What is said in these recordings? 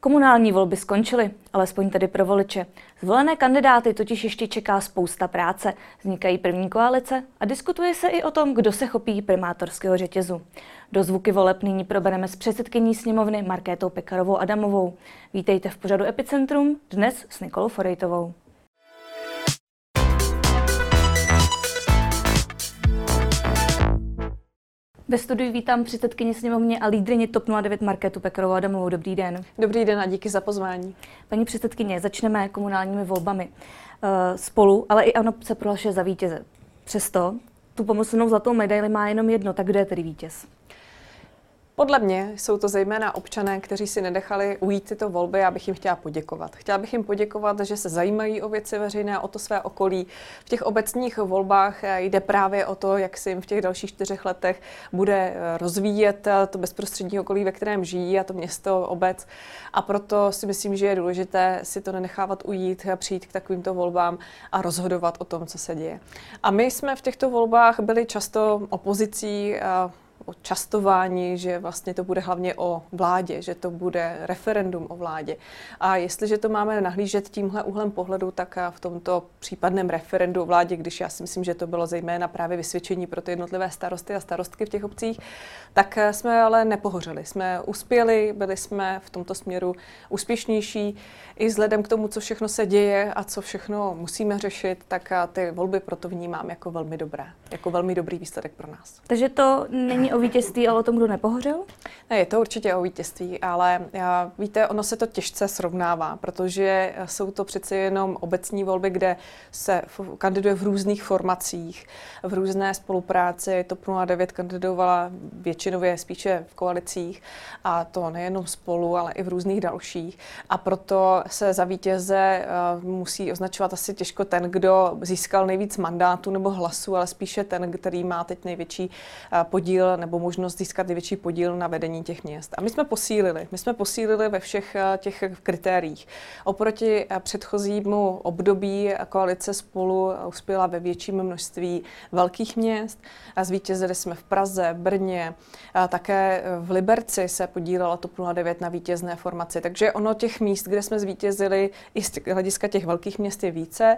Komunální volby skončily, alespoň tedy pro voliče. Zvolené kandidáty totiž ještě čeká spousta práce. Vznikají první koalice a diskutuje se i o tom, kdo se chopí primátorského řetězu. Dozvuky voleb nyní probereme s předsedkyní sněmovny Markétou Pekarovou Adamovou. Vítejte v pořadu Epicentrum, dnes s Nikolou Forejtovou. Ve studiu vítám předsedkyni sněmovny a lídryni TOP 09 Markétu Pekarovou Adamovou. Dobrý den. Dobrý den a díky za pozvání. Paní předsedkyně, začneme komunálními volbami. Spolu, ale i ANO se prohlašuje za vítěze. Přesto tu pomyslnou zlatou medaili má jenom jedno, tak kdo je tedy vítěz? Podle mě jsou to zejména občané, kteří si nenechali ujít tyto volby, já bych jim chtěla poděkovat. Chtěla bych jim poděkovat, že se zajímají o věci veřejné a o to své okolí. V těch obecních volbách jde právě o to, jak si jim v těch dalších 4 letech bude rozvíjet to bezprostřední okolí, ve kterém žijí, a to město, obec. A proto si myslím, že je důležité si to nenechávat ujít, přijít k takovýmto volbám a rozhodovat o tom, co se děje. A my jsme v těchto volbách byli často opozicí, o častování, že vlastně to bude hlavně o vládě, že to bude referendum o vládě. A jestliže to máme nahlížet tímhle úhlem pohledu, tak v tomto případném referendu o vládě, když já si myslím, že to bylo zejména právě vysvědčení pro ty jednotlivé starosty a starostky v těch obcích, tak jsme ale nepohořeli. Jsme uspěli, byli jsme v tomto směru úspěšnější. I vzhledem k tomu, co všechno se děje a co všechno musíme řešit, tak ty volby proto vnímám jako velmi dobré, jako velmi dobrý výsledek pro nás. Takže to není o vítězství, ale o tom, kdo nepohořel? Ne, je to určitě o vítězství, ale víte, ono se to těžce srovnává, protože jsou to přece jenom obecní volby, kde se kandiduje v různých formacích, v různé spolupráci. TOP 09 kandidovala většinově spíše v koalicích, a to nejenom spolu, ale i v různých dalších. A proto se za vítěze musí označovat asi těžko ten, kdo získal nejvíc mandátů nebo hlasů, ale spíše ten, který má teď největší podíl nebo možnost získat největší podíl na vedení těch měst. A my jsme posílili ve všech těch kritériích. Oproti předchozímu období koalice Spolu uspěla ve větším množství velkých měst. A zvítězili jsme v Praze, Brně, také v Liberci se podílela TOP 09 na vítězné formaci. Takže ono těch míst, kde jsme zvítězili, i z hlediska těch velkých měst je více.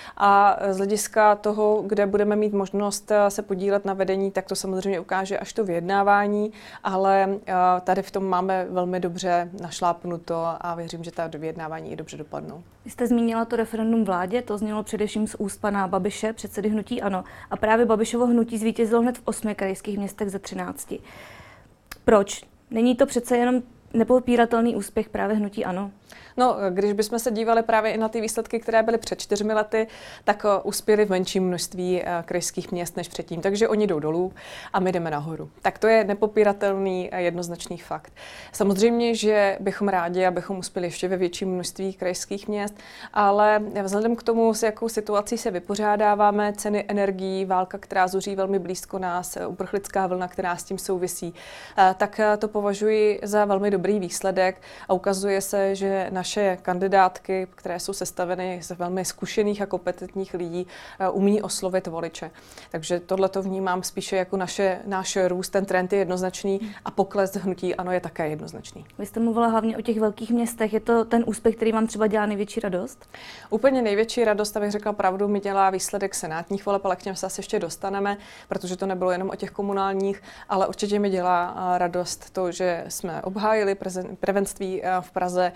A z hlediska toho, kde budeme mít možnost se podílet na vedení, tak to samozřejmě ukáže až to vyjednávání, ale tady v tom máme velmi dobře našlápnuto a věřím, že ta vyjednávání i dobře dopadnou. Vy jste zmínila to referendum vládě, to znělo především z úst pana Babiše, předsedy hnutí ANO. A právě Babišovo hnutí zvítězilo hned v 8 krajských městech ze 13. Proč? Není to přece jenom nepopíratelný úspěch právě hnutí ANO? No, když bychom se dívali právě i na ty výsledky, které byly před 4 lety, tak uspěli v menším množství krajských měst než předtím. Takže oni jdou dolů a my jdeme nahoru. Tak to je nepopíratelný a jednoznačný fakt. Samozřejmě, že bychom rádi, abychom uspěli ještě ve větším množství krajských měst, ale vzhledem k tomu, s jakou situací se vypořádáváme, ceny energií, válka, která zuří velmi blízko nás, uprchlická vlna, která s tím souvisí, tak to považuji za velmi dobrý výsledek a ukazuje se, že naše kandidátky, které jsou sestaveny z velmi zkušených a kompetentních lidí, umí oslovit voliče. Takže tohle to vnímám spíše jako náš růst, ten trend je jednoznačný a pokles hnutí ANO je také jednoznačný. Vy jste mluvila hlavně o těch velkých městech. Je to ten úspěch, který vám třeba dělá největší radost? Úplně největší radost, abych řekla pravdu, mi dělá výsledek senátních voleb, ale k něm se asi ještě dostaneme, protože to nebylo jenom o těch komunálních, ale určitě mi dělá radost to, že jsme obhájili prvenství v Praze.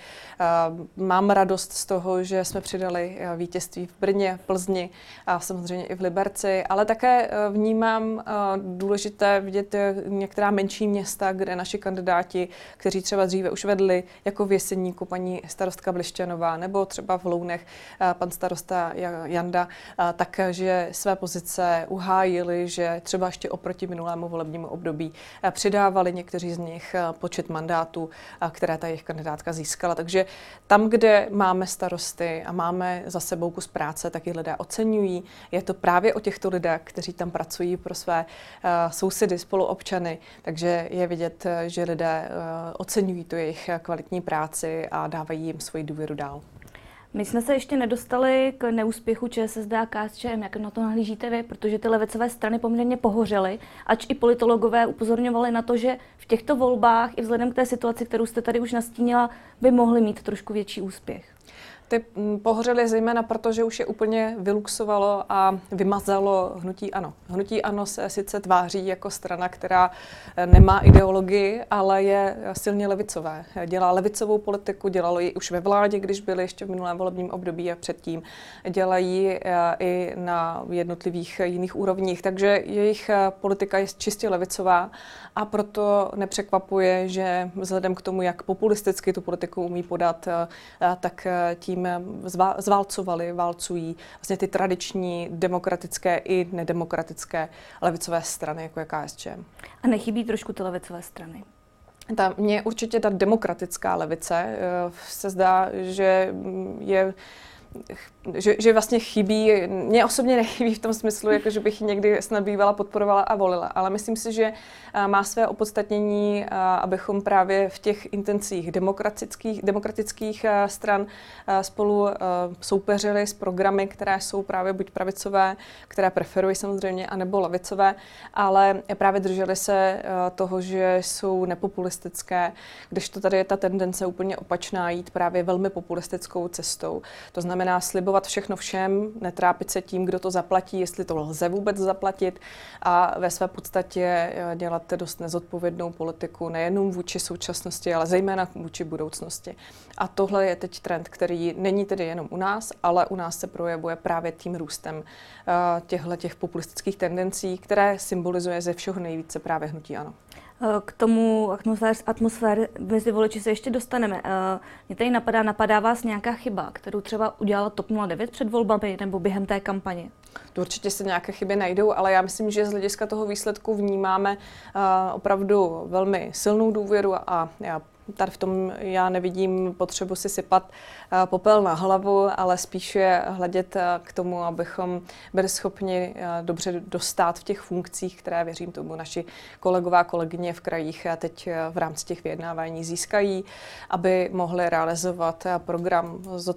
Mám radost z toho, že jsme přidali vítězství v Brně, v Plzni a samozřejmě i v Liberci, ale také vnímám důležité vidět některá menší města, kde naši kandidáti, kteří třeba dříve už vedli, jako v Jeseníku paní starostka Blišťanová nebo třeba v Lounech pan starosta Janda, takže své pozice uhájili, že třeba ještě oproti minulému volebnímu období přidávali někteří z nich počet mandátů, které ta jejich kandidátka získala. Takže tam, kde máme starosty a máme za sebou kus práce, tak ji lidé oceňují. Je to právě o těchto lidech, kteří tam pracují pro své sousedy, spoluobčany, takže je vidět, že lidé oceňují tu jejich kvalitní práci a dávají jim svoji důvěru dál. My jsme se ještě nedostali k neúspěchu ČSSD a KSČM. Jak na to nahlížíte vy? Protože ty levicové strany poměrně pohořely, ač i politologové upozorňovali na to, že v těchto volbách i vzhledem k té situaci, kterou jste tady už nastínila, by mohly mít trošku větší úspěch. Ty pohořely zejména proto, že už je úplně vyluxovalo a vymazalo hnutí ANO. Hnutí ANO se sice tváří jako strana, která nemá ideologii, ale je silně levicové. Dělá levicovou politiku, dělalo ji už ve vládě, když byli ještě v minulém volebním období a předtím. Dělají i na jednotlivých jiných úrovních, takže jejich politika je čistě levicová a proto nepřekvapuje, že vzhledem k tomu, jak populisticky tu politiku umí podat, tak tím válcují vlastně ty tradiční demokratické i nedemokratické levicové strany, jako je KSČM. A nechybí trošku ty levicové strany? Mně určitě ta demokratická levice se zdá, že vlastně chybí, mně osobně nechybí v tom smyslu, jako že bych ji někdy snad bývala, podporovala a volila, ale myslím si, že má své opodstatnění, abychom právě v těch intencích demokratických stran spolu soupeřili s programy, které jsou právě buď pravicové, které preferují samozřejmě, anebo levicové, ale právě drželi se toho, že jsou nepopulistické, když to tady je ta tendence úplně opačná, jít právě velmi populistickou cestou. To znamená slibovat všechno všem, netrápit se tím, kdo to zaplatí, jestli to lze vůbec zaplatit a ve své podstatě dělat dost nezodpovědnou politiku nejenom vůči současnosti, ale zejména vůči budoucnosti. A tohle je teď trend, který není tedy jenom u nás, ale u nás se projevuje právě tím růstem těch populistických tendencí, které symbolizuje ze všeho nejvíce právě hnutí ANO. K tomu atmosféry mezi voliči se ještě dostaneme. Mě tady napadá vás nějaká chyba, kterou třeba udělala TOP 09 před volbami nebo během té kampaně? To určitě se nějaké chyby najdou, ale já myslím, že z hlediska toho výsledku vnímáme opravdu velmi silnou důvěru a tady v tom já nevidím potřebu si sypat popel na hlavu, ale spíše hledět k tomu, abychom byli schopni dobře dostát v těch funkcích, které, věřím tomu, naši kolegové a kolegyně v krajích teď v rámci těch vyjednávání získají, aby mohli realizovat program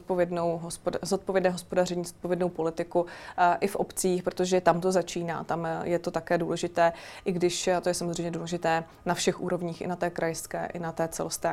zodpovědné hospodaření, zodpovědnou politiku i v obcích, protože tam to začíná, tam je to také důležité, i když to je samozřejmě důležité na všech úrovních, i na té krajské, i na té celostátní.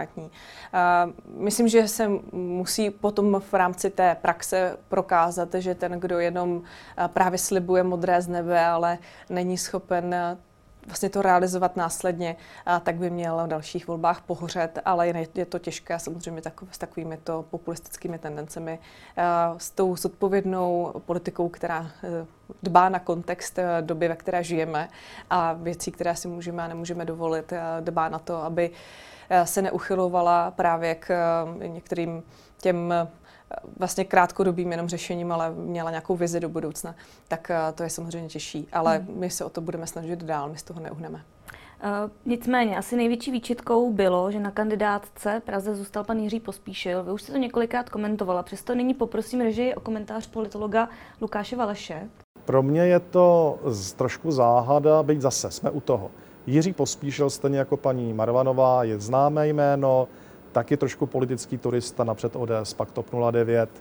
Myslím, že se musí potom v rámci té praxe prokázat, že ten, kdo jenom právě slibuje modré z nebe, ale není schopen vlastně to realizovat následně, tak by měl v dalších volbách pohořet, ale je to těžké samozřejmě s takovými to populistickými tendencemi, s tou zodpovědnou politikou, která dbá na kontext doby, ve které žijeme a věcí, které si můžeme a nemůžeme dovolit, dbá na to, aby se neuchylovala právě k některým těm vlastně krátkodobým jenom řešením, ale měla nějakou vizi do budoucna, tak to je samozřejmě těžší. Ale my se o to budeme snažit dál, my z toho neuhneme. Nicméně, asi největší výčitkou bylo, že na kandidátce Praze zůstal pan Jiří Pospíšil. Vy už jste to několikrát komentovala, přesto nyní poprosím režii o komentář politologa Lukáše Valeše. Pro mě je to trošku záhada, byť zase jsme u toho. Jiří Pospíšil, stejně jako paní Marvanová, je známé jméno, taky trošku politický turista, napřed ODS, pak TOP 09.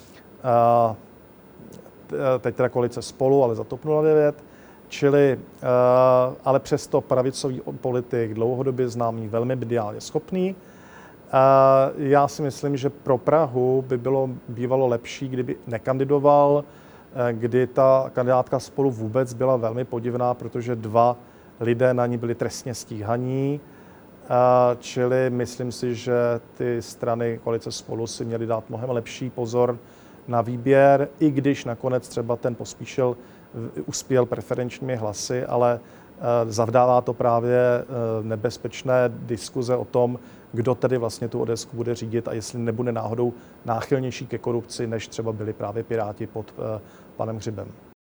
Teď teda koalice Spolu, ale za TOP 09. Čili, ale přesto pravicový politik, dlouhodobě známý, velmi mediálně schopný. Já si myslím, že pro Prahu by bývalo lepší, kdyby nekandidoval, kdy ta kandidátka Spolu vůbec byla velmi podivná, protože dva lidé na ní byli trestně stíhaní, čili myslím si, že ty strany koalice Spolu si měly dát mnohem lepší pozor na výběr, i když nakonec třeba ten Pospíšil uspěl preferenčními hlasy, ale zavdává to právě nebezpečné diskuze o tom, kdo tedy vlastně tu ODS bude řídit a jestli nebude náhodou náchylnější ke korupci, než třeba byli právě Piráti pod panem Hřibem.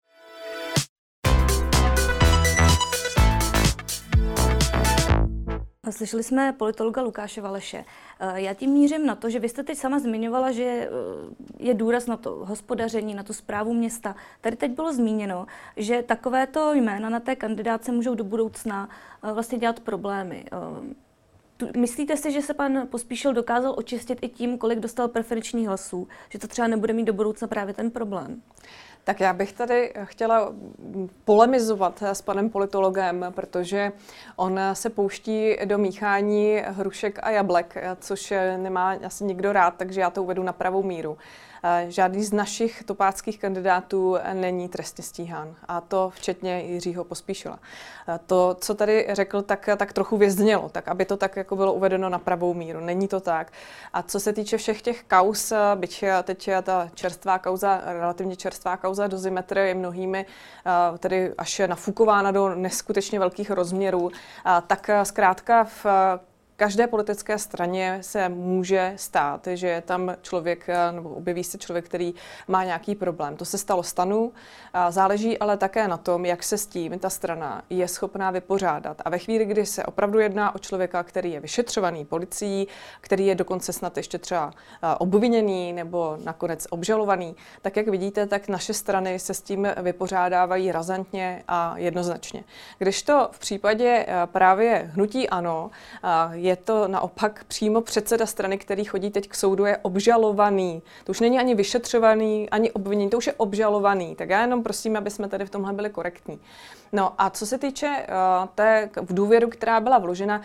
Slyšeli jsme politologa Lukáše Valeše. Já tím mířím na to, že vy jste teď sama zmiňovala, že je důraz na to hospodaření, na tu správu města. Tady teď bylo zmíněno, že takovéto jména na té kandidátce můžou do budoucna vlastně dělat problémy. Myslíte si, že se pan Pospíšil dokázal očistit i tím, kolik dostal preferenčních hlasů? Že to třeba nebude mít do budoucna právě ten problém? Tak já bych tady chtěla polemizovat s panem politologem, protože on se pouští do míchání hrušek a jablek, což nemá asi nikdo rád, takže já to uvedu na pravou míru. Žádný z našich topáckých kandidátů není trestně stíhán, a to včetně Jiřího Pospíšila. To, co tady řekl, tak trochu věznělo, tak aby to tak jako bylo uvedeno na pravou míru. Není to tak. A co se týče všech těch kauz, byť teď ta čerstvá kauza, relativně čerstvá kauza Dozimetr je mnohými tedy až nafukována do neskutečně velkých rozměrů, tak zkrátka v každé politické straně se může stát, že je tam člověk, nebo objeví se člověk, který má nějaký problém. To se stalo STANu, záleží ale také na tom, jak se s tím ta strana je schopná vypořádat. A ve chvíli, kdy se opravdu jedná o člověka, který je vyšetřovaný policií, který je dokonce snad ještě třeba obviněný nebo nakonec obžalovaný, tak jak vidíte, tak naše strany se s tím vypořádávají razantně a jednoznačně. Kdežto v případě právě hnutí ANO je to naopak přímo předseda strany, který chodí teď k soudu, je obžalovaný. To už není ani vyšetřovaný, ani obviněný, to už je obžalovaný. Tak já jenom prosím, aby jsme tady v tomhle byli korektní. No a co se týče té důvěru, která byla vložena,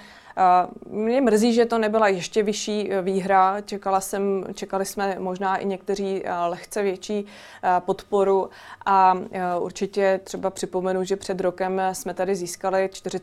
mě mrzí, že to nebyla ještě vyšší výhra. Čekali jsme možná i někteří lehce větší podporu a určitě třeba připomenu, že před rokem jsme tady získali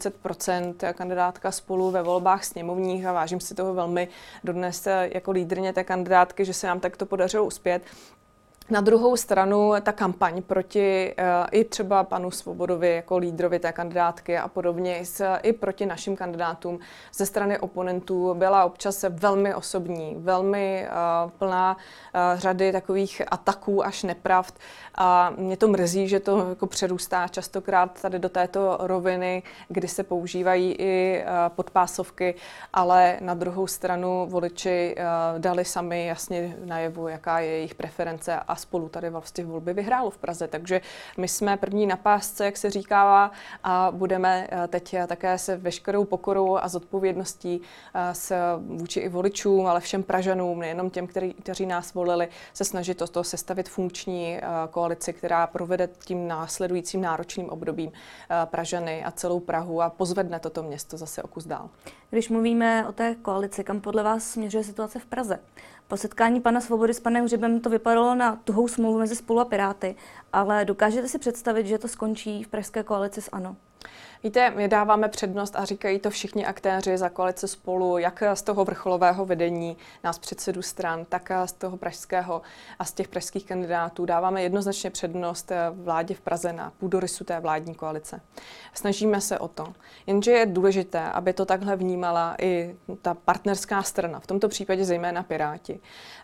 40% kandidátka Spolu ve volbách sněmovních a vážím si toho velmi dodnes jako lídryně té kandidátky, že se nám takto podařilo uspět. Na druhou stranu ta kampaň proti i třeba panu Svobodovi jako lídrovi té kandidátky a podobně i proti našim kandidátům ze strany oponentů byla občas velmi osobní, velmi plná řady takových ataků až nepravd a mě to mrzí, že to jako přerůstá častokrát tady do této roviny, kdy se používají i podpásovky, ale na druhou stranu voliči dali sami jasně najevu, jaká je jejich preference a Spolu tady vlastně volby vyhrálo v Praze, takže my jsme první na pásce, jak se říkává, a budeme teď také se veškerou pokorou a zodpovědností vůči i voličům, ale všem Pražanům, nejenom těm, kteří nás volili, se snažit toto sestavit funkční koalici, která provede tím následujícím náročným obdobím Pražany a celou Prahu a pozvedne toto město zase o kus dál. Když mluvíme o té koalici, kam podle vás směřuje situace v Praze? Po setkání pana Svobody s panem Hřibem to vypadalo na tuhou smlouvu mezi Spolu a Piráty, ale dokážete si představit, že to skončí v pražské koalici s ANO? Víte, my dáváme přednost a říkají to všichni aktéři za koalice Spolu, jak z toho vrcholového vedení nás předsedů stran, tak z toho pražského a z těch pražských kandidátů. Dáváme jednoznačně přednost vládě v Praze na půdorysu té vládní koalice. Snažíme se o to. Jenže je důležité, aby to takhle vnímala i ta partnerská strana, v tomto případě zejména Piráti.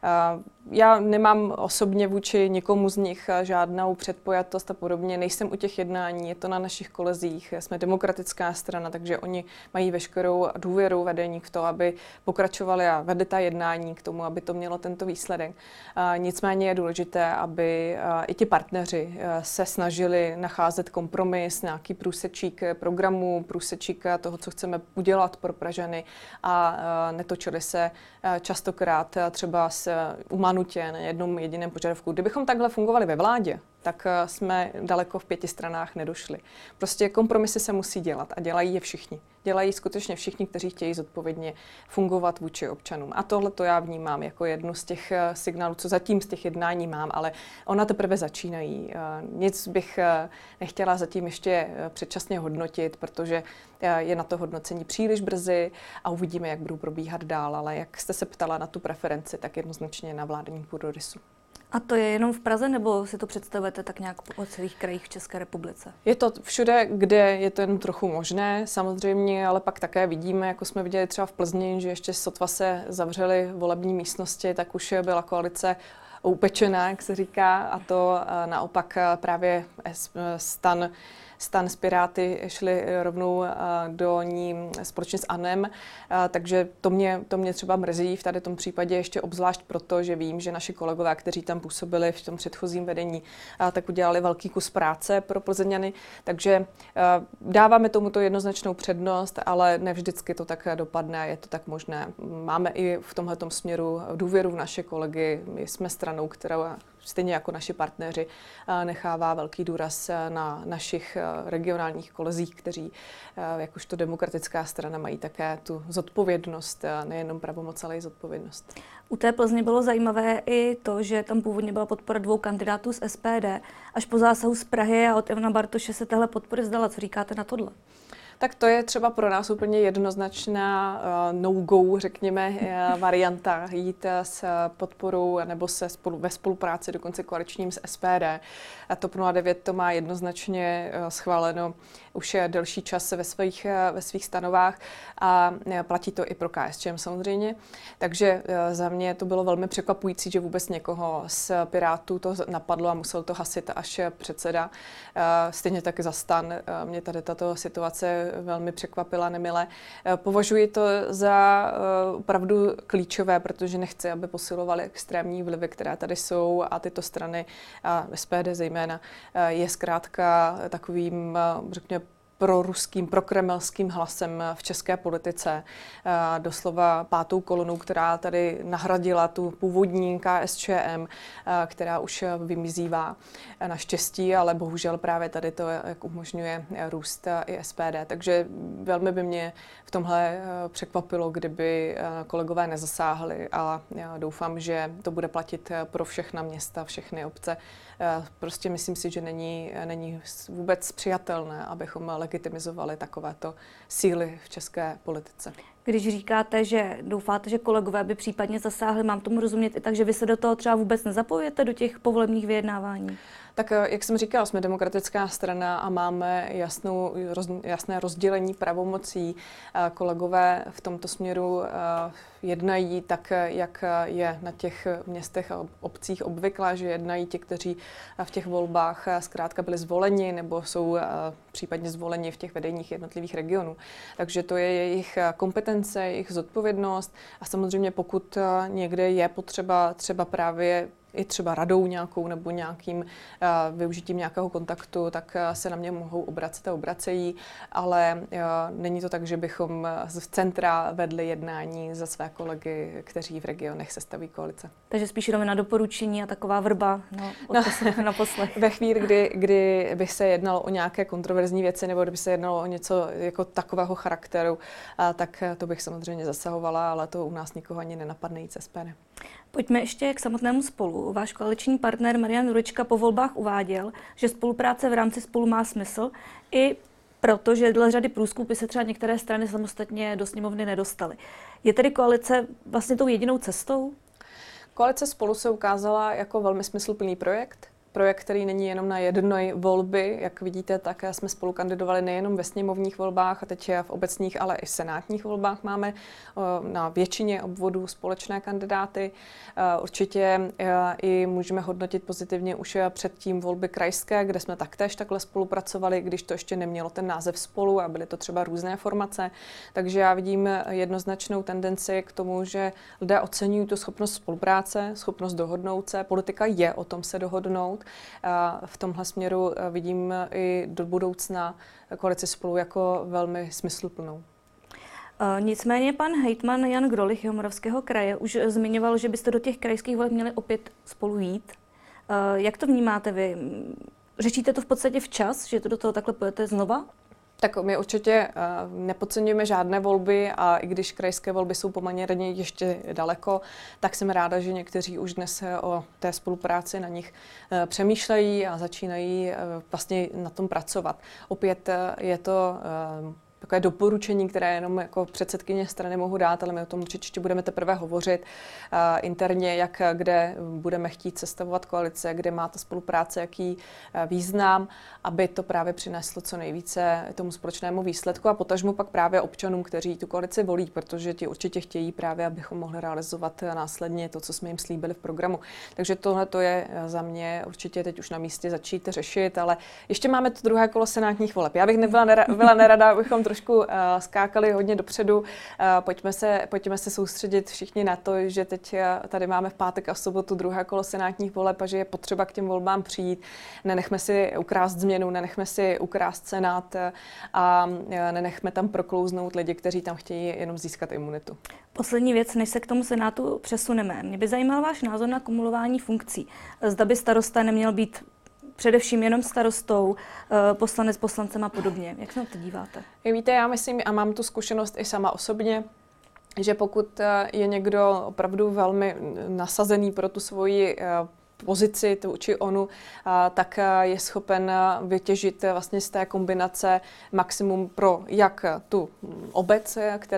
Já nemám osobně vůči nikomu z nich žádnou předpojatost a podobně. Nejsem u těch jednání, je to na našich kolezích. Jsme demokratická strana, takže oni mají veškerou důvěru vedení v to, aby pokračovali a vedli ta jednání k tomu, aby to mělo tento výsledek. Nicméně je důležité, aby i ti partneři se snažili nacházet kompromis, nějaký průsečík programu, průsečík toho, co chceme udělat pro Pražany a netočili se častokrát třeba umanutě na jednom jediném požadavku. Kdybychom takhle fungovali ve vládě, tak jsme daleko v 5 stranách nedošli. Prostě kompromisy se musí dělat a dělají je všichni. Dělají skutečně všichni, kteří chtějí zodpovědně fungovat vůči občanům. A tohle to já vnímám jako jednu z těch signálů, co zatím z těch jednání mám, ale ona teprve začínají. Nic bych nechtěla zatím ještě předčasně hodnotit, protože je na to hodnocení příliš brzy a uvidíme, jak budou probíhat dál. Ale jak jste se ptala na tu preferenci, tak jednoznačně na vládním půdorysu. A to je jenom v Praze, nebo si to představujete tak nějak po celých krajích v České republice? Je to všude, kde je to jen trochu možné, samozřejmě, ale pak také vidíme, jako jsme viděli třeba v Plzni, že ještě sotva se zavřely volební místnosti, tak už byla koalice upečená, jak se říká, a to naopak právě STAN s Piráty šli rovnou do ní společně s ANEM, takže to mě třeba mrzí v tady tom případě ještě obzvlášť proto, že vím, že naši kolegové, kteří tam působili v tom předchozím vedení, tak udělali velký kus práce pro Plzeňany, takže dáváme tomuto jednoznačnou přednost, ale ne vždycky to tak dopadne, je to tak možné. Máme i v tomhletom směru důvěru v naše kolegy, my jsme stranou, která stejně jako naši partneři nechává velký důraz na našich regionálních kolezích, kteří jakožto demokratická strana mají také tu zodpovědnost, nejenom pravomoc, ale i zodpovědnost. U té Plzně bylo zajímavé i to, že tam původně byla podpora 2 kandidátů z SPD. Až po zásahu z Prahy a od Ivana Bartoše se tahle podpory vzdala. Co říkáte na tohle? Tak to je třeba pro nás úplně jednoznačná no-go, řekněme, varianta jít s podporou nebo ve spolupráci dokonce koaličním s SPD. A TOP 09 to má jednoznačně schváleno už delší čas ve svých stanovách a platí to i pro KSČM samozřejmě. Takže za mě to bylo velmi překvapující, že vůbec někoho z Pirátů to napadlo a musel to hasit až předseda. Stejně tak za STAN mě tady tato situace velmi překvapila nemile. Považuji to za opravdu klíčové, protože nechci, aby posilovaly extrémní vlivy, které tady jsou a tyto strany, a SPD zejména, je zkrátka takovým, řekněme, proruským, prokremelským hlasem v české politice. Doslova 5. kolonu, která tady nahradila tu původní KSČM, která už vymizívá naštěstí, ale bohužel právě tady to, jak umožňuje růst i SPD. Takže velmi by mě v tomhle překvapilo, kdyby kolegové nezasáhli a já doufám, že to bude platit pro všechna města, všechny obce. Prostě myslím si, že není vůbec přijatelné, abychom legitimizovali takovéto síly v české politice. Když říkáte, že doufáte, že kolegové by případně zasáhli, mám tomu rozumět i tak, že vy se do toho třeba vůbec nezapojujete, do těch povolebních vyjednávání? Tak jak jsem říkala, jsme demokratická strana a máme jasné rozdělení pravomocí. Kolegové v tomto směru jednají tak, jak je na těch městech a obcích obvyklá, že jednají ti, kteří v těch volbách zkrátka byli zvoleni nebo jsou případně zvoleni v těch vedeních jednotlivých regionů. Takže to je jejich kompetence, jejich zodpovědnost a samozřejmě pokud někde je potřeba třeba právě i třeba radou nějakou nebo nějakým využitím nějakého kontaktu, tak se na mě mohou obracet a obracejí, ale není to tak, že bychom z centra vedli jednání za své kolegy, kteří v regionech sestaví koalice. Takže spíš jenom na doporučení a taková vrba na poslech. Ve chvíli, kdy by se jednalo o nějaké kontroverzní věci nebo kdyby se jednalo o něco jako takového charakteru, tak to bych samozřejmě zasahovala, ale to u nás nikoho ani nenapadne jít SPD. Pojďme ještě k samotnému Spolu. Váš koaliční partner Marian Jurečka po volbách uváděl, že spolupráce v rámci Spolu má smysl, i protože dle řady průzkumů by se třeba některé strany samostatně do sněmovny nedostaly. Je tedy koalice vlastně tou jedinou cestou? Koalice Spolu se ukázala jako velmi smysluplný projekt, který není jenom na jedné volby, jak vidíte, tak jsme spolu kandidovali nejenom ve sněmovních volbách a teď v obecních, ale i senátních volbách máme na většině obvodů společné kandidáty. Určitě i můžeme hodnotit pozitivně už předtím volby krajské, kde jsme taktéž takhle spolupracovali, když to ještě nemělo ten název Spolu a byly to třeba různé formace. Takže já vidím jednoznačnou tendenci k tomu, že lidé oceňují tu schopnost spolupráce, schopnost dohodnout se. Politika je o tom se dohodnout. V tomhle směru vidím i do budoucna koalici Spolu jako velmi smysluplnou. Nicméně pan hejtman Jan Grolich Jihomoravského kraje už zmiňoval, že byste do těch krajských voleb měli opět spolu jít. Jak to vnímáte vy? Řešíte to v podstatě včas, že to do toho takhle půjdete znova? Tak my určitě nepodceňujeme žádné volby a i když krajské volby jsou poměrně ještě daleko, tak jsem ráda, že někteří už dnes o té spolupráci na nich přemýšlejí a začínají vlastně na tom pracovat. Opět je to takové doporučení, které jenom jako předsedkyně strany mohu dát, ale my o tom určitě budeme teprve hovořit interně, jak kde budeme chtít sestavovat koalice, kde má ta spolupráce, jaký význam, aby to právě přineslo co nejvíce tomu společnému výsledku a potažmu pak právě občanům, kteří tu koalici volí, protože ti určitě chtějí právě, abychom mohli realizovat následně to, co jsme jim slíbili v programu. Takže tohle to je za mě určitě teď už na místě začít řešit, ale ještě máme to druhé kolo senátních voleb. Já bych byla nerada, abychom trošku skákali hodně dopředu. Pojďme se soustředit všichni na to, že teď tady máme v pátek a v sobotu druhé kolo senátních voleb a že je potřeba k těm volbám přijít. Nenechme si ukrást změnu, nenechme si ukrást Senát a nenechme tam proklouznout lidi, kteří tam chtějí jenom získat imunitu. Poslední věc, než se k tomu Senátu přesuneme. Mě by zajímal váš názor na kumulování funkcí. Zda by starosta neměl být především jenom starostou, poslanec poslancem a podobně. Jak se na to díváte? Víte, já myslím, a mám tu zkušenost i sama osobně, že pokud je někdo opravdu velmi nasazený pro tu svoji pozici, tu či onu, tak je schopen vytěžit vlastně z té kombinace maximum pro jak tu obec,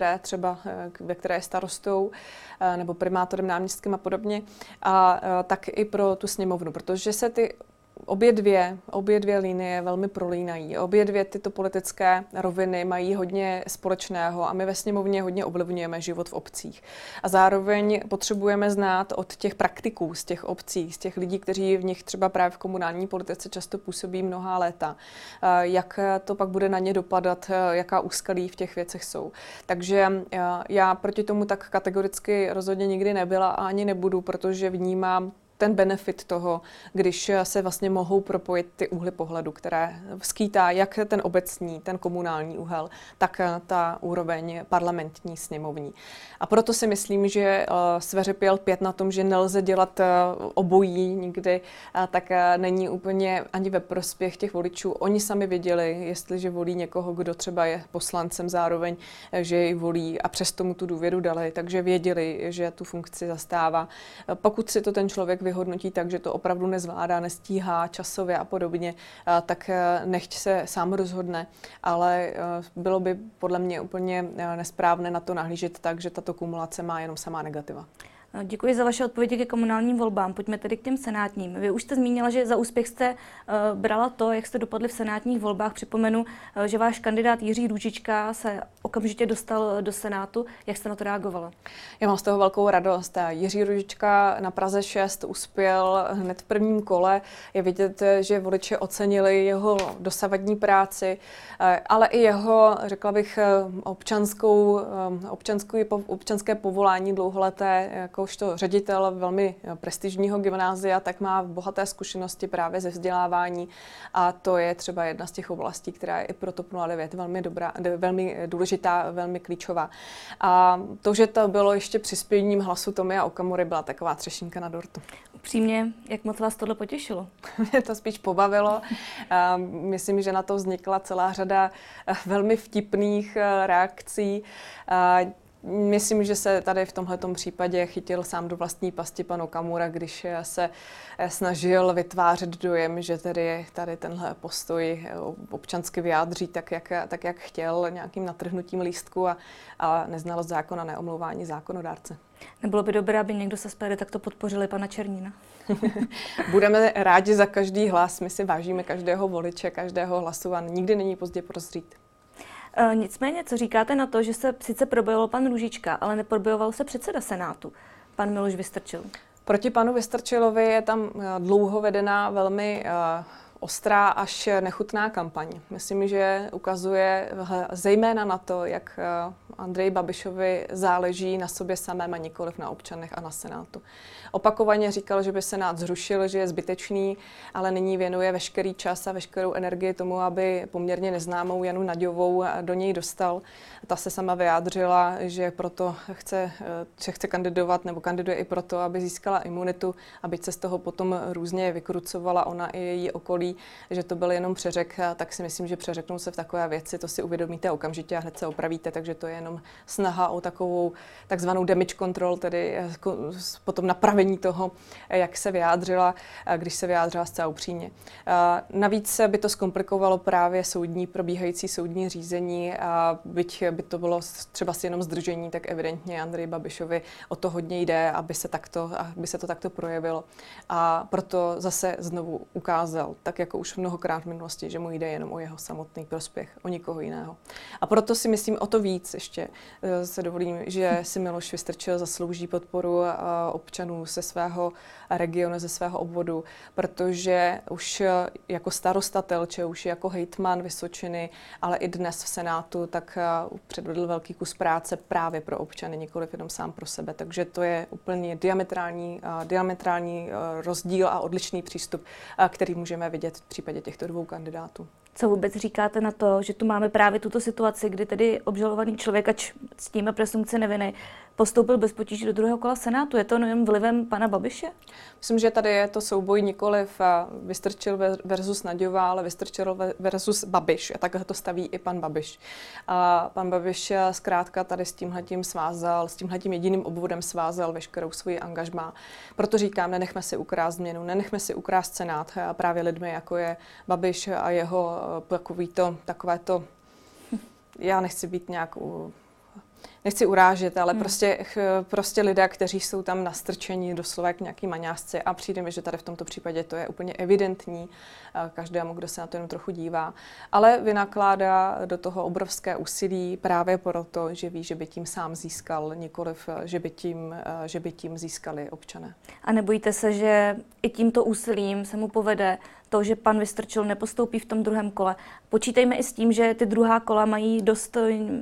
ve které je starostou, nebo primátorem, náměstkem a podobně, a tak i pro tu sněmovnu, protože se ty obě dvě linie velmi prolínají. Obě dvě tyto politické roviny mají hodně společného a my ve sněmovně hodně ovlivňujeme život v obcích. A zároveň potřebujeme znát od těch praktiků z těch obcí, z těch lidí, kteří v nich třeba právě v komunální politice často působí mnohá léta, jak to pak bude na ně dopadat, jaká úskalí v těch věcech jsou. Takže já proti tomu tak kategoricky rozhodně nikdy nebyla a ani nebudu, protože vnímám ten benefit toho, když se vlastně mohou propojit ty úhly pohledu, které skýtá jak ten obecní, ten komunální úhel, tak ta úroveň parlamentní, sněmovní. A proto si myslím, že sveřepěl lpět na tom, že nelze dělat obojí nikdy, tak není úplně ani ve prospěch těch voličů. Oni sami věděli, jestliže volí někoho, kdo třeba je poslancem zároveň, že jej volí a přesto mu tu důvěru dali, takže věděli, že tu funkci zastává. Pokud si to ten člověk vyhodnotí tak, že to opravdu nezvládá, nestíhá časově a podobně, tak nechť se sám rozhodne, ale bylo by podle mě úplně nesprávné na to nahlížet tak, že tato kumulace má jenom samá negativa. Děkuji za vaše odpovědi ke komunálním volbám. Pojďme tedy k těm senátním. Vy už jste zmínila, že za úspěch jste brala to, jak jste dopadli v senátních volbách. Připomenu, že váš kandidát Jiří Růžička se okamžitě dostal do Senátu. Jak jste na to reagovala? Já mám z toho velkou radost. Jiří Růžička na Praze 6 uspěl hned v prvním kole. Je vidět, že voliči ocenili jeho dosavadní práci, ale i jeho, řekla bych, občanské povolání dlouholeté, jakožto ředitel velmi prestižního gymnázia, tak má bohaté zkušenosti právě ze vzdělávání a to je třeba jedna z těch oblastí, která je i pro TOP 09 velmi důležitá, velmi klíčová. A to, že to bylo ještě přispěním hlasu Tomia Okamury, byla taková třešínka na dortu. Upřímně, jak moc vás tohle potěšilo? Mě to spíš pobavilo. Myslím, že na to vznikla celá řada velmi vtipných reakcí. Myslím, že se tady v tomhletom případě chytil sám do vlastní pasti pan Okamura, když se snažil vytvářet dojem, že tady tenhle postoj občansky vyjádří tak, jak chtěl, nějakým natrhnutím lístku a neznalost zákona, neomlouvání zákonodárce. Nebylo by dobré, aby někdo se SPD takto podpořili pana Černína? Budeme rádi za každý hlas, my si vážíme každého voliče, každého hlasu a nikdy není pozdě prozřít. Nicméně, co říkáte na to, že se sice probojoval pan Růžička, ale neprobojoval se předseda Senátu, pan Miloš Vystrčil? Proti panu Vystrčilovi je tam dlouho vedená velmi ostrá až nechutná kampaň. Myslím, že ukazuje zejména na to, jak Andreji Babišovi záleží na sobě samém a nikoliv na občanech a na Senátu. Opakovaně říkal, že by Senát zrušil, že je zbytečný, ale nyní věnuje veškerý čas a veškerou energii tomu, aby poměrně neznámou Janu Naďovou do něj dostal. Ta se sama vyjádřila, že proto chce kandidovat nebo kandiduje i proto, aby získala imunitu, aby se z toho potom různě vykrucovala ona i její okolí. myslí, že to byl jenom přeřek, tak si myslím, že přeřeknou se v takové věci, to si uvědomíte okamžitě a hned se opravíte, takže to je jenom snaha o takovou takzvanou damage control, tedy potom napravení toho, jak se vyjádřila, když se vyjádřila zcela upřímně. Navíc by to zkomplikovalo právě probíhající soudní řízení, a byť by to bylo třeba si jenom zdržení, tak evidentně Andreji Babišovi o to hodně jde, aby se to takto projevilo. A proto zase znovu ukázal, tak jako už mnohokrát v minulosti, že mu jde jenom o jeho samotný prospěch, o nikoho jiného. A proto si myslím o to víc ještě se dovolím, že si Miloš Vystrčil zaslouží podporu občanů ze svého regionu, ze svého obvodu, protože už jako starosta Telče, už jako hejtman Vysočiny, ale i dnes v Senátu, tak předvedl velký kus práce právě pro občany, nikoliv jenom sám pro sebe. Takže to je úplně diametrální rozdíl a odlišný přístup, který můžeme vidět v případě těchto dvou kandidátů. Co vůbec říkáte na to, že tu máme právě tuto situaci, kdy tedy obžalovaný člověk, ač ctíme presumpci neviny, postoupil bez potíží do druhého kola Senátu? Je to jenom vlivem pana Babiše? Myslím, že tady je to souboj nikoliv Vystrčil versus Naďová, ale Vystrčil versus Babiš. A takhle to staví i pan Babiš. A pan Babiš zkrátka tady s tímhletím jediným obvodem svázal veškerou svoji angažmá. Proto říkám, nenechme si ukrást změnu, nenechme si ukrást Senát právě lidmi, jako je Babiš a jeho takovéto, já nechci být nechci urážet, ale prostě lidé, kteří jsou tam nastrčeni doslova k nějaký maňásce a přijde mi, že tady v tomto případě to je úplně evidentní každému, kdo se na to jenom trochu dívá, ale vynakládá do toho obrovské úsilí právě proto, že ví, že by tím sám získal, nikoliv, že by tím získali občané. A nebojíte se, že i tímto úsilím se mu povede to, že pan Vystrčil nepostoupí v tom druhém kole? Počítejme i s tím, že ty druhá kola mají dost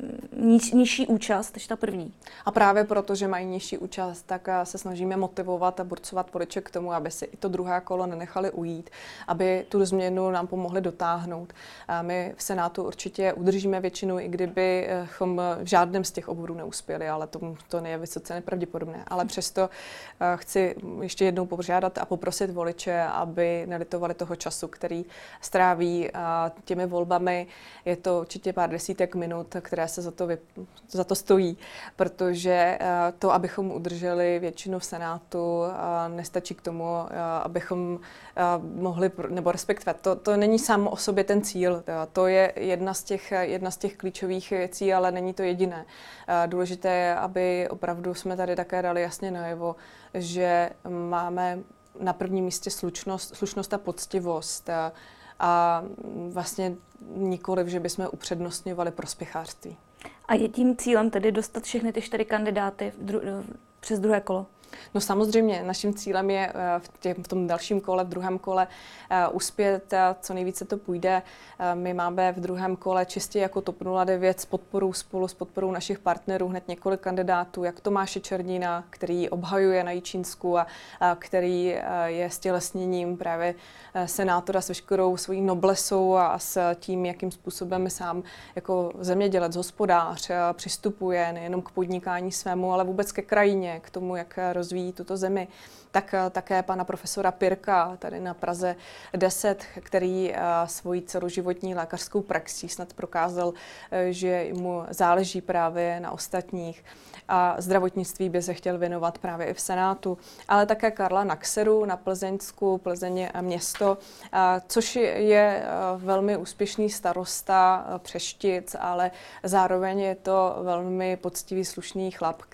nižší účast než ta první. A právě proto, že mají nižší účast, tak se snažíme motivovat a burcovat voliče k tomu, aby si i to druhé kolo nenechali ujít, aby tu změnu nám pomohli dotáhnout. A my v Senátu určitě udržíme většinu, i kdybychom v žádném z těch obvodů neuspěli, ale to je vysoce nepravděpodobné. Ale přesto chci ještě jednou požádat a poprosit voliče, aby nelitovali toho času, který stráví těmi volbami. Je to určitě pár desítek minut, které se za to stojí, protože to, abychom udrželi většinu v Senátu, nestačí k tomu, abychom mohli, nebo respektovat. To není sám o sobě ten cíl. To je jedna z těch klíčových věcí, ale není to jediné. Důležité je, aby opravdu jsme tady také dali jasně najevo, že máme na prvním místě slušnost a poctivost a vlastně nikoliv, že bychom upřednostňovali prospěchářství. A je tím cílem tedy dostat všechny ty 4 kandidáty přes druhé kolo? No samozřejmě, naším cílem je v tom dalším kole, v druhém kole uspět, co nejvíce to půjde. My máme v druhém kole čistě jako TOP 09 s podporou Spolu, s podporou našich partnerů hned několik kandidátů, jak Tomáše Černina, který obhajuje na Jičínsku a který je stělesněním právě senátora s veškerou svojí noblesou a s tím, jakým způsobem sám jako zemědělec, hospodář přistupuje nejenom k podnikání svému, ale vůbec ke krajině, k tomu, jak rozvíjí tuto zemi. Tak také pana profesora Pirka tady na Praze 10, který svojí celoživotní lékařskou praxí snad prokázal, že mu záleží právě na ostatních a zdravotnictví by se chtěl věnovat právě i v Senátu, ale také Karla Naxeru na Plzeňsku, Plzeň město, což je velmi úspěšný starosta Přeštic, ale zároveň je to velmi poctivý, slušný chlap,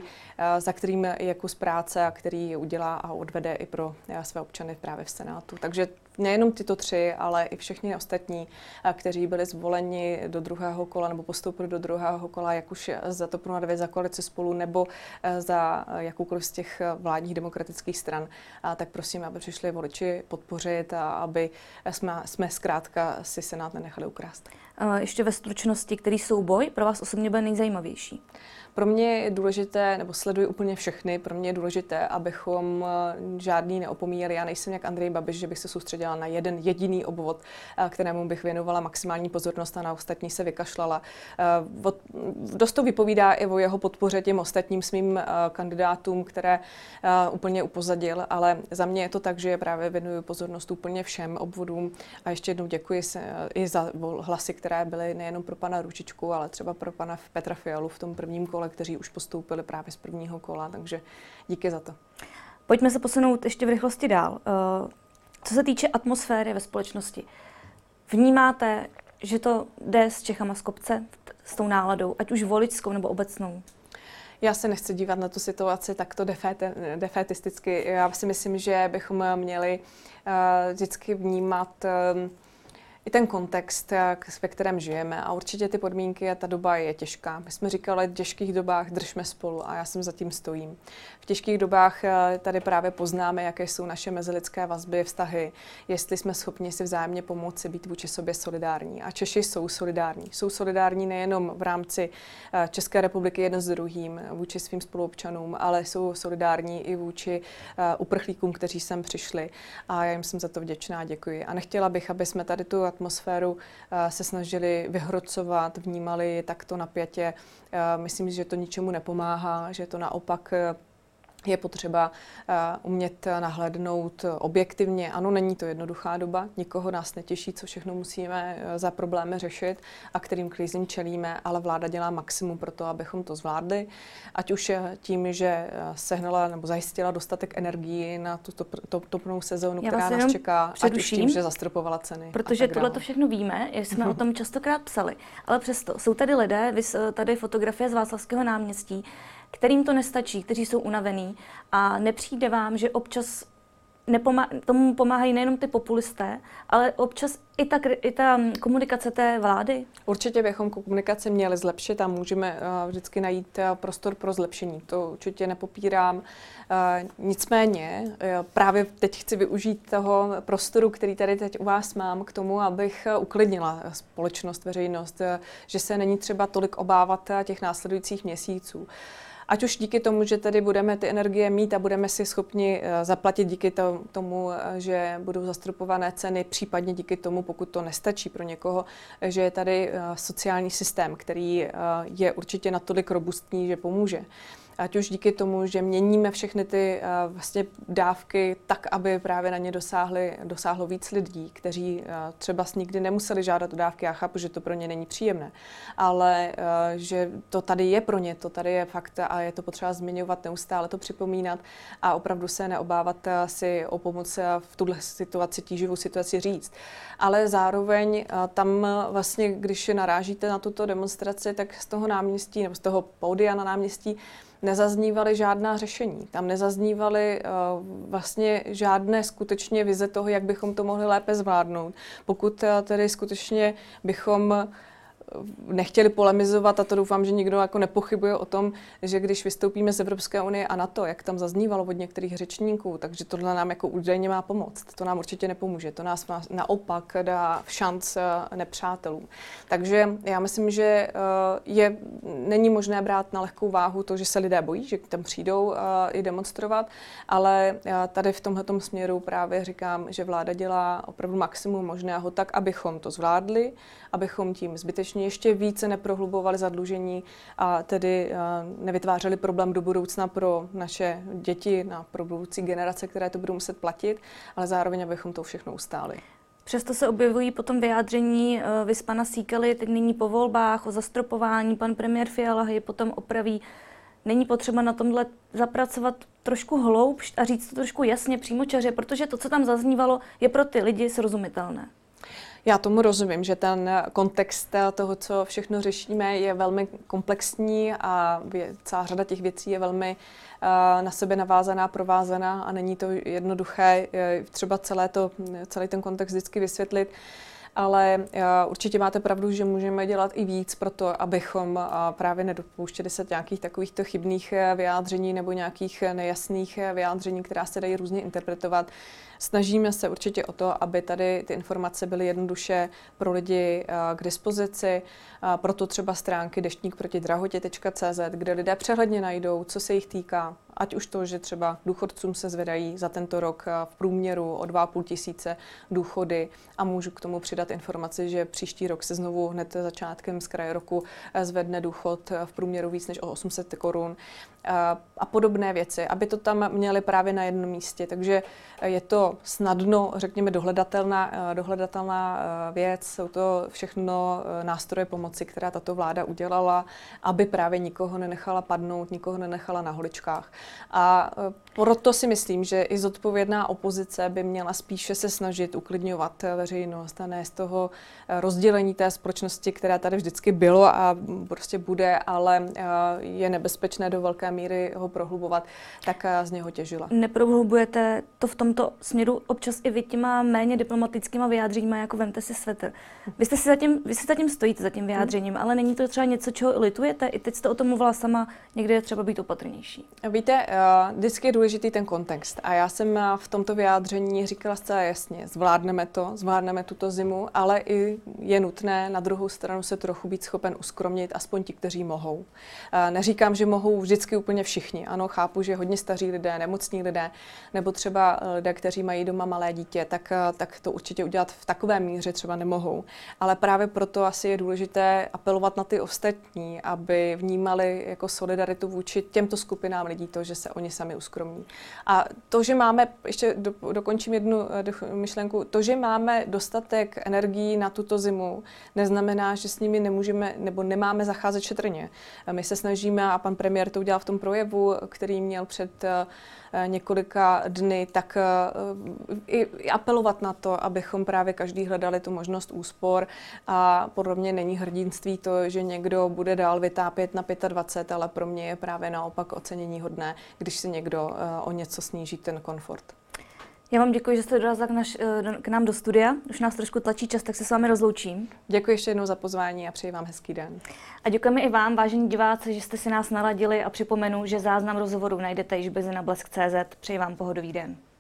za kterým je kus práce a který udělá a odvede i pro své občany právě v Senátu. Takže nejenom tyto 3, ale i všichni ostatní, kteří byli zvoleni do druhého kola nebo postoupili do druhého kola, jak už za TOP 09, za koalici Spolu nebo za jakoukoliv z těch vládních demokratických stran, tak prosím, aby přišli voliči podpořit a aby jsme zkrátka si Senát nenechali ukrást. Ještě ve stručnosti, který souboj pro vás osobně byl nejzajímavější? Pro mě je důležité, nebo sleduji úplně všechny, pro mě je důležité, abychom žádný neopomíjeli. Já nejsem jak Andrej Babiš, že bych se soustředila soustředila na jeden jediný obvod, kterému bych věnovala maximální pozornost a na ostatní se vykašlala. Dost to vypovídá i o jeho podpoře těm ostatním svým kandidátům, které úplně upozadil, ale za mě je to tak, že právě věnuju pozornost úplně všem obvodům a ještě jednou děkuji i za hlasy, které byly nejenom pro pana Růžičku, ale třeba pro pana Petra Fialu v tom prvním kole, kteří už postoupili právě z prvního kola, takže díky za to. Pojďme se posunout ještě v rychlosti dál. Co se týče atmosféry ve společnosti, vnímáte, že to jde s Čechama z kopce, s tou náladou, ať už voličskou nebo obecnou? Já se nechci dívat na tu situaci takto defétisticky. Já si myslím, že bychom měli vždycky vnímat i ten kontext, ve kterém žijeme. A určitě ty podmínky a ta doba je těžká. My jsme říkali, v těžkých dobách držme spolu a já jsem za tím stojím. V těžkých dobách tady právě poznáme, jaké jsou naše mezilidské vazby, vztahy, jestli jsme schopni si vzájemně pomoci, být vůči sobě solidární. A Češi jsou solidární. Jsou solidární nejenom v rámci České republiky jeden s druhým, vůči svým spoluobčanům, ale jsou solidární i vůči uprchlíkům, kteří sem přišli. A já jim jsem za to vděčná a děkuji. A nechtěla bych, aby jsme tady tu atmosféru se snažili vyhrocovat, vnímali ji takto napjatě. Myslím, že to ničemu nepomáhá, že to naopak je potřeba umět nahlédnout objektivně. Ano, není to jednoduchá doba, nikoho nás netěší, co všechno musíme za problémy řešit a kterým krizím čelíme, ale vláda dělá maximum pro to, abychom to zvládli. Ať už tím, že sehnala nebo zajistila dostatek energií na tuto topnou sezónu, která nás čeká, ať už tím, že zastropovala ceny. Protože tohle to všechno víme, jsme o tom častokrát psali, ale přesto jsou tady lidé, tady fotografie z Václavského náměstí, kterým to nestačí, kteří jsou unavení a nepřijde vám, že občas tomu pomáhají nejenom ty populisté, ale občas i ta komunikace té vlády? Určitě bychom komunikaci měli zlepšit a můžeme vždycky najít prostor pro zlepšení. To určitě nepopírám. Nicméně právě teď chci využít toho prostoru, který tady teď u vás mám, k tomu, abych uklidnila společnost, veřejnost, že se není třeba tolik obávat těch následujících měsíců. Ať už díky tomu, že tady budeme ty energie mít a budeme si schopni zaplatit díky tomu, že budou zastropované ceny, případně díky tomu, pokud to nestačí pro někoho, že je tady sociální systém, který je určitě natolik robustní, že pomůže. Ať už díky tomu, že měníme všechny ty vlastně dávky tak, aby právě na ně dosáhlo víc lidí, kteří třeba nikdy nemuseli žádat o dávky. Já chápu, že to pro ně není příjemné, ale že to tady je pro ně, to tady je fakt a je to potřeba zmiňovat, neustále to připomínat a opravdu se neobávat si o pomoc v tuhle situaci, tíživou situaci říct. Ale zároveň tam vlastně, když narážíte na tuto demonstraci, tak z toho náměstí nebo z toho pódia na náměstí nezaznívaly žádná řešení. Tam nezaznívaly vlastně žádné skutečně vize toho, jak bychom to mohli lépe zvládnout. Pokud tedy skutečně bychom nechtěli polemizovat, a to doufám, že nikdo jako nepochybuje o tom, že když vystoupíme z Evropské unie a NATO, jak tam zaznívalo od některých řečníků, takže tohle nám jako údajně má pomoct. To nám určitě nepomůže. To nás naopak dá šanc nepřátelům. Takže já myslím, že není možné brát na lehkou váhu to, že se lidé bojí, že tam přijdou i demonstrovat, ale tady v tomhletom směru právě říkám, že vláda dělá opravdu maximum možného tak, abychom to zvládli, abychom tím zbytečně ještě více neprohlubovali zadlužení a tedy nevytvářeli problém do budoucna pro naše děti, pro budoucí generace, které to budou muset platit, ale zároveň, abychom to všechno ustáli. Přesto se objevují potom vyjádření viz pana Síkely, teď nyní po volbách, o zastropování, pan premiér Fiala je potom opraví. Není potřeba na tomhle zapracovat trošku hloubš a říct to trošku jasně, přímočaře, protože to, co tam zaznívalo, je pro ty lidi srozumitelné. Já tomu rozumím, že ten kontext toho, co všechno řešíme, je velmi komplexní a celá řada těch věcí je velmi na sebe navázaná, provázaná a není to jednoduché třeba celý ten kontext vždycky vysvětlit. Ale určitě máte pravdu, že můžeme dělat i víc pro to, abychom právě nedopouštěli se nějakých takovýchto chybných vyjádření nebo nějakých nejasných vyjádření, která se dají různě interpretovat. Snažíme se určitě o to, aby tady ty informace byly jednoduše pro lidi k dispozici. Proto třeba stránky deštníkprotidrahotě.cz, kde lidé přehledně najdou, co se jich týká, Ať už to, že třeba důchodcům se zvedají za tento rok v průměru o 2,5 tisíce důchody a můžu k tomu přidat informaci, že příští rok se znovu hned začátkem z kraje roku zvedne důchod v průměru víc než o 800 korun a podobné věci, aby to tam měli právě na jednom místě. Takže je to snadno, řekněme, dohledatelná věc. Jsou to všechno nástroje pomoci, která tato vláda udělala, aby právě nikoho nenechala padnout, nikoho nenechala na holičkách. A proto si myslím, že i zodpovědná opozice by měla spíše se snažit uklidňovat veřejnost a ne z toho rozdělení té společnosti, která tady vždycky bylo a prostě bude, ale je nebezpečné do velké míry ho prohlubovat, tak z něho těžila. Neprohlubujete to v tomto směru občas i vy těma méně diplomatickýma vyjádřeníma, jako vemte si svetr. Vy si zatím stojíte, za tím vyjádřením, ale není to třeba něco, čeho litujete? I teď jste o tom mluvila sama, někdy je třeba být opatrnější. Víte, vždycky je důležitý ten kontext a já jsem v tomto vyjádření říkala zcela jasně, zvládneme tuto zimu, ale i je nutné na druhou stranu se trochu být schopen uskromnit, aspoň ti, kteří mohou. Neříkám, že mohou vždycky úplně všichni. Ano, chápu, že hodně staří lidé, nemocní lidé, nebo třeba lidé, kteří mají doma malé dítě, tak to určitě udělat v takové míře třeba nemohou. Ale právě proto asi je důležité apelovat na ty ostatní, aby vnímali jako solidaritu vůči těmto skupinám lidí to, že se oni sami uskromní. A to, že máme, ještě dokončím jednu myšlenku, to, že máme dostatek energií na tuto zimu, neznamená, že s nimi nemůžeme nebo nemáme zacházet šetrně. My se snažíme, a pan premiér to udělal v tom projevu, který měl před několika dny, tak i apelovat na to, abychom právě každý hledali tu možnost úspor a podle mě není hrdinství to, že někdo bude dál vytápět na 25, ale pro mě je právě naopak ocenění hodné, když si někdo o něco sníží ten komfort. Já vám děkuji, že jste dorazila k nám do studia. Už nás trošku tlačí čas, tak se s vámi rozloučím. Děkuji ještě jednou za pozvání a přeji vám hezký den. A děkujeme i vám, vážení diváci, že jste si nás naladili a připomenu, že záznam rozhovoru najdete již brzy na blesk.cz. Přeji vám pohodový den.